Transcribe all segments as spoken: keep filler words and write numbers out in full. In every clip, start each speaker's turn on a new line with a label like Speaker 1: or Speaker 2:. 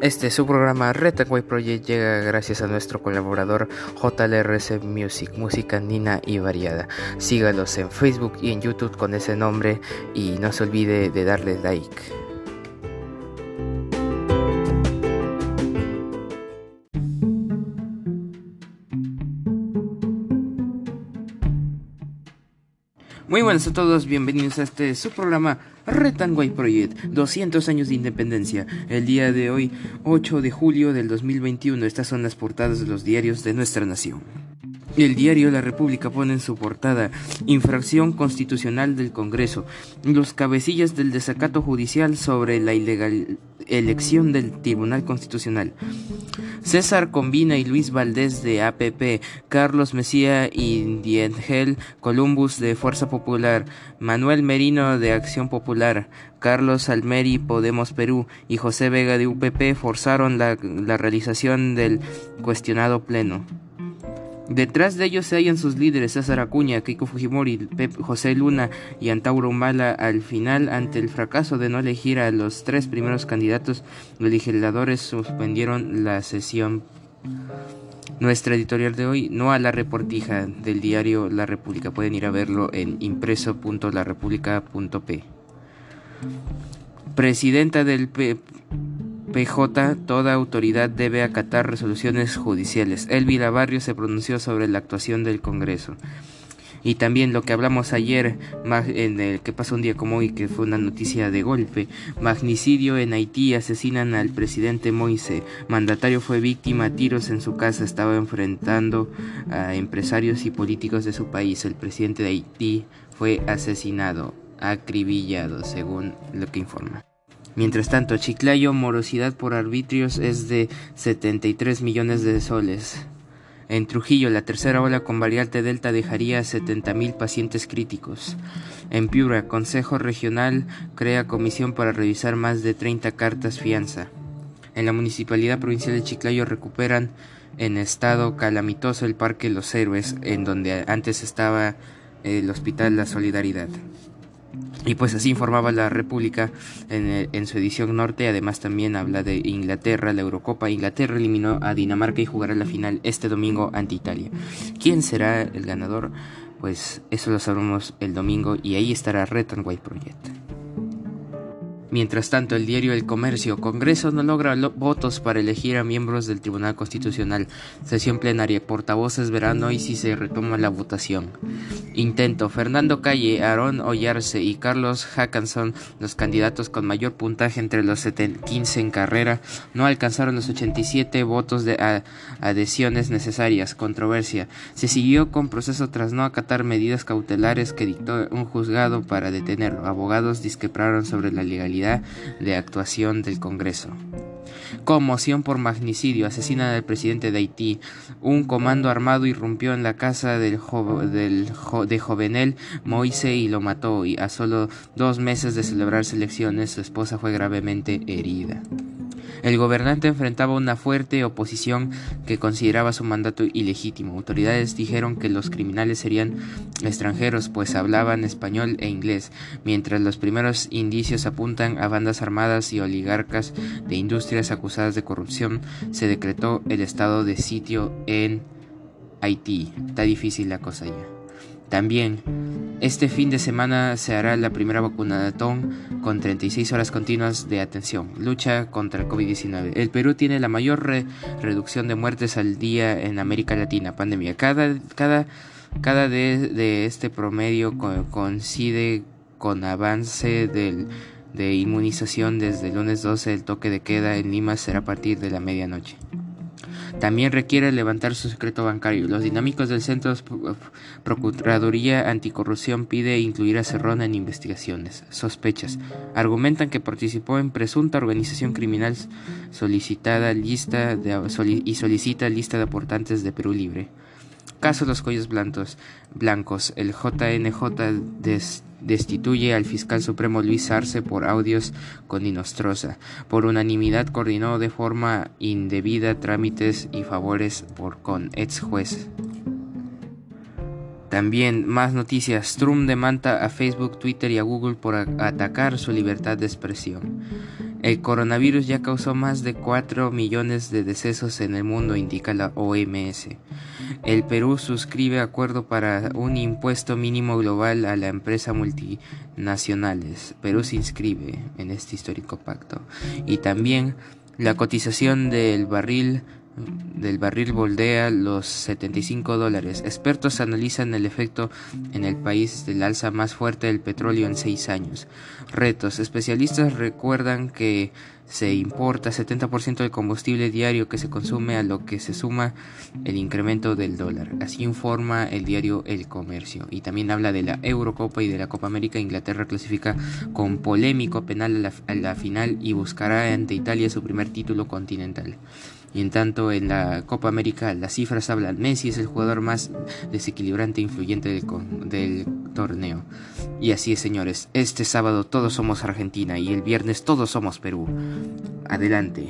Speaker 1: Este su programa Red and White Project llega gracias a nuestro colaborador J L R C Music, música andina y variada. Sígalos en Facebook y en YouTube con ese nombre y no se olvide de darle like. Muy buenas a todos, bienvenidos a este su programa Red and White Project, doscientos años de independencia. El día de hoy, ocho de julio del dos mil veintiuno, estas son las portadas de los diarios de nuestra nación. El diario La República pone en su portada: infracción constitucional del Congreso, los cabecillas del desacato judicial sobre la ilegal elección del Tribunal Constitucional. César Combina y Luis Valdés de A P P, Carlos Mejía y Diengel Columbus de Fuerza Popular, Manuel Merino de Acción Popular, Carlos Almeri Podemos Perú y José Vega de U P P forzaron la, la realización del cuestionado pleno. Detrás de ellos se hallan sus líderes César Acuña, Keiko Fujimori, Pep, José Luna y Antauro Humala. Al final, ante el fracaso de no elegir a los tres primeros candidatos, los legisladores suspendieron la sesión. Nuestra editorial de hoy: no a la reportija, del diario La República. Pueden ir a verlo en impreso punto la república punto pe. Presidenta del P P J, toda autoridad debe acatar resoluciones judiciales. Elvira Barrios se pronunció sobre la actuación del Congreso. Y también lo que hablamos ayer, en el que pasó un día como hoy, que fue una noticia de golpe: magnicidio en Haití, asesinan al presidente Moise. Mandatario fue víctima a tiros en su casa, estaba enfrentando a empresarios y políticos de su país. El presidente de Haití fue asesinado, acribillado, según lo que informa. Mientras tanto, Chiclayo, morosidad por arbitrios es de setenta y tres millones de soles. En Trujillo, la tercera ola con variante Delta dejaría a setenta mil pacientes críticos. En Piura, Consejo Regional crea comisión para revisar más de treinta cartas fianza. En la Municipalidad Provincial de Chiclayo recuperan en estado calamitoso el Parque Los Héroes, en donde antes estaba el Hospital La Solidaridad. Y pues así informaba La República en, en su edición norte. Además también habla de Inglaterra, la Eurocopa. Inglaterra eliminó a Dinamarca y jugará la final este domingo ante Italia. ¿Quién será el ganador? Pues eso lo sabremos el domingo y ahí estará Red and White Project. Mientras tanto, el diario El Comercio: Congreso no logra lo- votos para elegir a miembros del Tribunal Constitucional. Sesión plenaria, portavoces verán hoy si se retoma la votación. Intento: Fernando Calle, Aarón Ollarse y Carlos Hackanson, los candidatos con mayor puntaje entre los quince en carrera, no alcanzaron los ochenta y siete votos de a- adhesiones necesarias. Controversia: se siguió con proceso tras no acatar medidas cautelares que dictó un juzgado para detenerlo. Abogados discreparon sobre la legalidad de actuación del Congreso. Conmoción por magnicidio, asesinan al presidente de Haití. Un comando armado irrumpió en la casa del, jo- del jo- de Jovenel Moise y lo mató. Y a solo dos meses de celebrarse elecciones, su esposa fue gravemente herida. El gobernante enfrentaba una fuerte oposición que consideraba su mandato ilegítimo. Autoridades dijeron que los criminales serían extranjeros, pues hablaban español e inglés, mientras los primeros indicios apuntan a bandas armadas y oligarcas de industrias acusadas de corrupción. Se decretó el estado de sitio en Haití. Está difícil la cosa ya. También, este fin de semana se hará la primera vacunatón con treinta y seis horas continuas de atención. Lucha contra el covid diecinueve. El Perú tiene la mayor re- reducción de muertes al día en América Latina. Pandemia. Cada, cada, cada de, de este promedio co- coincide con avance del, de inmunización. Desde el lunes doce, el toque de queda en Lima será a partir de la medianoche. También requiere levantar su secreto bancario. Los dinámicos del Centro Procuraduría Anticorrupción pide incluir a Cerrón en investigaciones. Sospechas: argumentan que participó en presunta organización criminal solicitada lista de, soli, y solicita lista de aportantes de Perú Libre. Caso Los Cuellos Blancos. blancos. El J N J des, destituye al fiscal supremo Luis Arce por audios con Inostroza. Por unanimidad coordinó de forma indebida trámites y favores por con ex juez. También más noticias. Trump demanda a Facebook, Twitter y a Google por a- atacar su libertad de expresión. El coronavirus ya causó más de cuatro millones de decesos en el mundo, indica la O M S. El Perú suscribe acuerdo para un impuesto mínimo global a las empresas multinacionales. Perú se inscribe en este histórico pacto. Y también la cotización del barril del barril bordea los setenta y cinco dólares. Expertos analizan el efecto en el país del alza más fuerte del petróleo en seis años. Retos. Especialistas recuerdan que se importa setenta por ciento del combustible diario que se consume, a lo que se suma el incremento del dólar. Así informa el diario El Comercio. Y también habla de la Eurocopa y de la Copa América. Inglaterra clasifica con polémico penal a la, a la final y buscará ante Italia su primer título continental. Y en tanto, en la Copa América las cifras hablan. Messi es el jugador más desequilibrante e influyente del, del torneo. Y así es, señores. Este sábado todos somos Argentina y el viernes todos somos Perú. Adelante.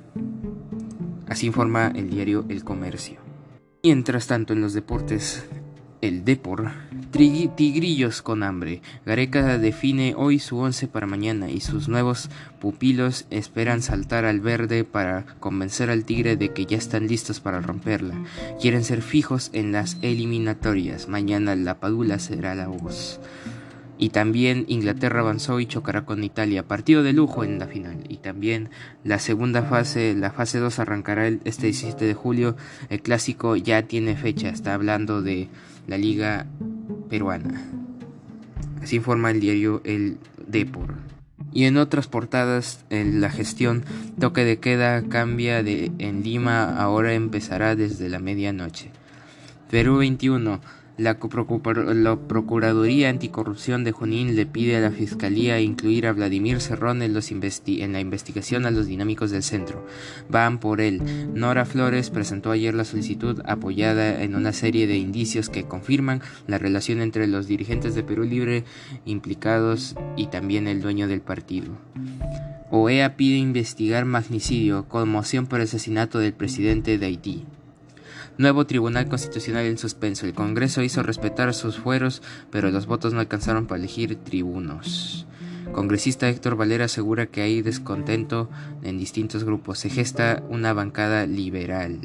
Speaker 1: Así informa el diario El Comercio. Mientras tanto, en los deportes, el Depor. Tigrillos con hambre. Gareca define hoy su once para mañana y sus nuevos pupilos esperan saltar al verde para convencer al Tigre de que ya están listos para romperla. Quieren ser fijos en las eliminatorias. Mañana la Padula será la voz. Y también Inglaterra avanzó y chocará con Italia. Partido de lujo en la final. Y también la segunda fase, la fase dos arrancará el, este diecisiete de julio. El clásico ya tiene fecha. Está hablando de la liga peruana. Así informa el diario El Depor. Y en otras portadas, en la gestión, toque de queda cambia de en Lima, ahora empezará desde la medianoche. Perú veintiuno. La, la Procuraduría Anticorrupción de Junín le pide a la Fiscalía incluir a Vladimir Cerrón en, los investi en la investigación a los dinámicos del centro. Van por él. Nora Flores presentó ayer la solicitud apoyada en una serie de indicios que confirman la relación entre los dirigentes de Perú Libre implicados y también el dueño del partido. O E A pide investigar magnicidio, conmoción por el asesinato del presidente de Haití. Nuevo Tribunal Constitucional en suspenso. El Congreso hizo respetar sus fueros, pero los votos no alcanzaron para elegir tribunos. Congresista Héctor Valera asegura que hay descontento en distintos grupos. Se gesta una bancada liberal.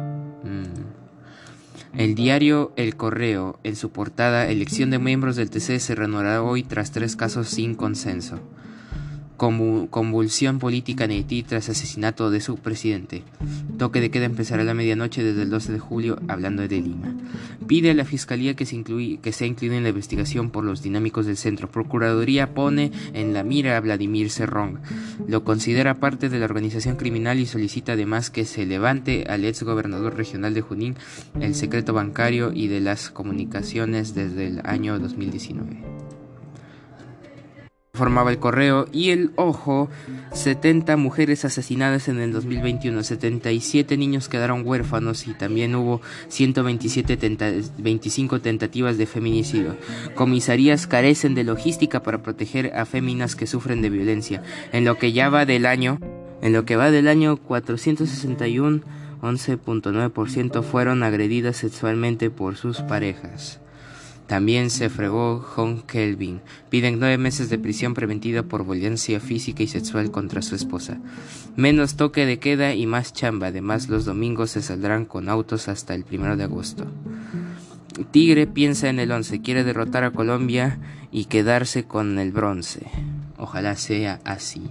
Speaker 1: Mm. El diario El Correo, en su portada, elección de miembros del T C se reanudará hoy tras tres casos sin consenso. Convulsión política en Haití tras asesinato de su presidente. Toque de queda empezará a la medianoche desde el doce de julio, hablando de Lima. Pide a la Fiscalía que se, incluye, que sea incluida en la investigación por los dinámicos del centro. Procuraduría pone en la mira a Vladimir Cerrón. Lo considera parte de la organización criminal y solicita además que se levante al ex gobernador regional de Junín el secreto bancario y de las comunicaciones desde el año dos mil diecinueve. Formaba El Correo. Y El Ojo, setenta mujeres asesinadas en el dos mil veintiuno, setenta y siete niños quedaron huérfanos y también hubo ciento veintisiete tenta- veinticinco tentativas de feminicidio. Comisarías carecen de logística para proteger a féminas que sufren de violencia. En lo que ya va del año, en lo que va del año cuatrocientos sesenta y uno, once punto nueve por ciento fueron agredidas sexualmente por sus parejas. También se fregó John Kelvin. Piden nueve meses de prisión preventiva por violencia física y sexual contra su esposa. Menos toque de queda y más chamba. Además, los domingos se saldrán con autos hasta el primero de agosto. Tigre piensa en el once. Quiere derrotar a Colombia y quedarse con el bronce. Ojalá sea así.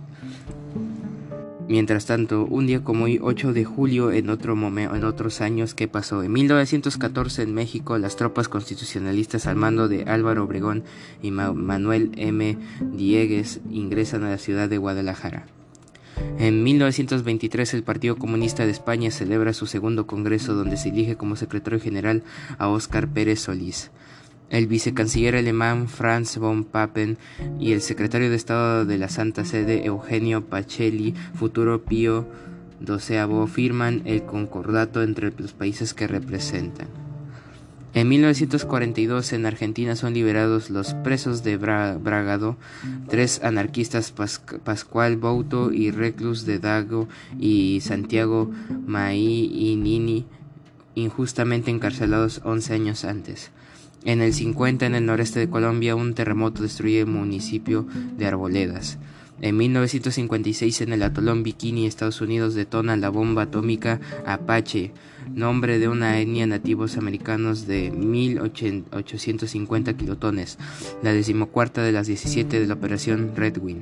Speaker 1: Mientras tanto, un día como hoy, ocho de julio, en otro momento, en otros años, ¿qué pasó? En mil novecientos catorce, en México, las tropas constitucionalistas al mando de Álvaro Obregón y Ma- Manuel M. Diegues ingresan a la ciudad de Guadalajara. En mil novecientos veintitrés, el Partido Comunista de España celebra su segundo congreso, donde se elige como secretario general a Óscar Pérez Solís. El vicecanciller alemán Franz von Papen y el secretario de Estado de la Santa Sede Eugenio Pacelli, futuro Pío doceavo, firman el concordato entre los países que representan. En mil novecientos cuarenta y dos, en Argentina son liberados los presos de Bra- Bragado, tres anarquistas, Pas- Pascual Bouto y Reclus de Dago y Santiago Mainini, injustamente encarcelados once años antes. En el cincuenta, en el noreste de Colombia, un terremoto destruye el municipio de Arboledas. En mil novecientos cincuenta y seis, en el atolón Bikini, Estados Unidos, detona la bomba atómica Apache, nombre de una etnia nativos americanos de mil ochocientos cincuenta kilotones, la decimocuarta de las diecisiete de la operación Red Wing.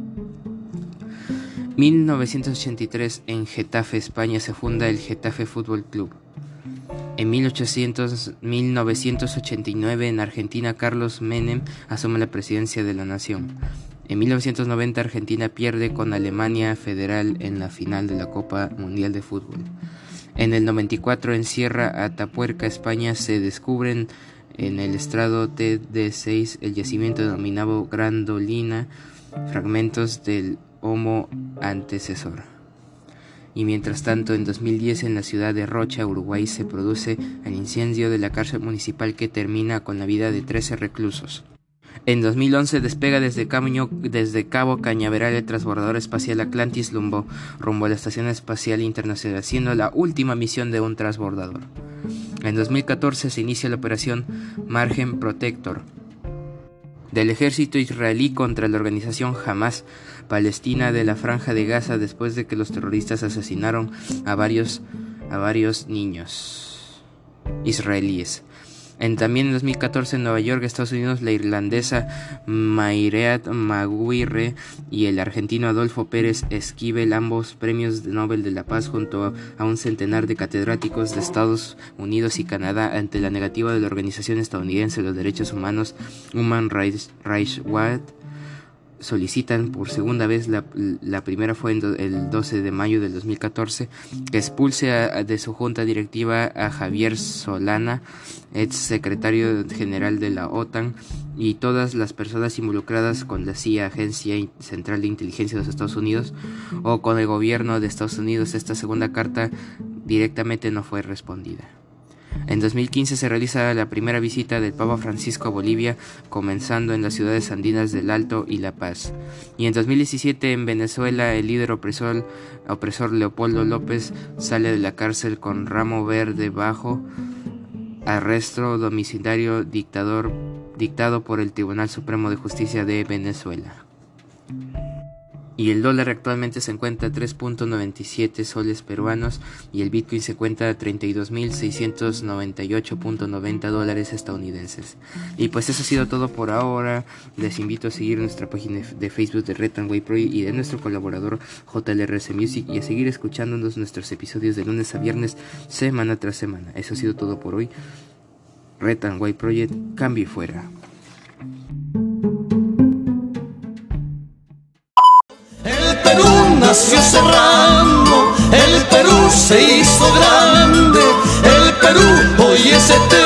Speaker 1: mil novecientos ochenta y tres, en Getafe, España, se funda el Getafe Fútbol Club. En mil novecientos ochenta y nueve, en Argentina, Carlos Menem asume la presidencia de la nación. En mil novecientos noventa, Argentina pierde con Alemania Federal en la final de la Copa Mundial de Fútbol. En el noventa y cuatro, en Sierra Atapuerca, España, se descubren en el estrado T D seis el yacimiento denominado Grandolina, fragmentos del Homo antecesor. Y mientras tanto, en dos mil diez, en la ciudad de Rocha, Uruguay, se produce el incendio de la cárcel municipal que termina con la vida de trece reclusos. En dos mil once despega desde, Cabo, desde Cabo Cañaveral el transbordador espacial Atlantis Lumbo rumbo a la Estación Espacial Internacional, siendo la última misión de un transbordador. En dos mil catorce se inicia la operación Margen Protector del ejército israelí contra la organización Hamas Palestina de la Franja de Gaza, después de que los terroristas asesinaron a varios, a varios niños israelíes. En, también en dos mil catorce, en Nueva York, Estados Unidos, la irlandesa Mairead Maguire y el argentino Adolfo Pérez Esquivel, ambos premios Nobel de la Paz, junto a un centenar de catedráticos de Estados Unidos y Canadá, ante la negativa de la Organización Estadounidense de los Derechos Humanos Human Rights Watch, solicitan por segunda vez, la, la primera fue en do, el doce de mayo del dos mil catorce, que expulse a, de su junta directiva a Javier Solana, ex secretario general de la OTAN, y todas las personas involucradas con la C I A, Agencia Central de Inteligencia de los Estados Unidos, o con el gobierno de Estados Unidos. Esta segunda carta directamente no fue respondida. En dos mil quince se realiza la primera visita del Papa Francisco a Bolivia, comenzando en las ciudades andinas del Alto y La Paz. Y en dos mil diecisiete, en Venezuela, el líder opresor, opresor Leopoldo López sale de la cárcel con ramo verde bajo arresto domiciliario dictador, dictado por el Tribunal Supremo de Justicia de Venezuela. Y el dólar actualmente se encuentra a tres punto noventa y siete soles peruanos, y el Bitcoin se encuentra a treinta y dos mil seiscientos noventa y ocho punto noventa dólares estadounidenses. Y pues eso ha sido todo por ahora. Les invito a seguir nuestra página de Facebook de Red and White Project y de nuestro colaborador J L R S Music, y a seguir escuchándonos nuestros episodios de lunes a viernes, semana tras semana. Eso ha sido todo por hoy. Red and White Project, cambio y fuera.
Speaker 2: Nació Serrano, el Perú se hizo grande, el Perú hoy es eterno.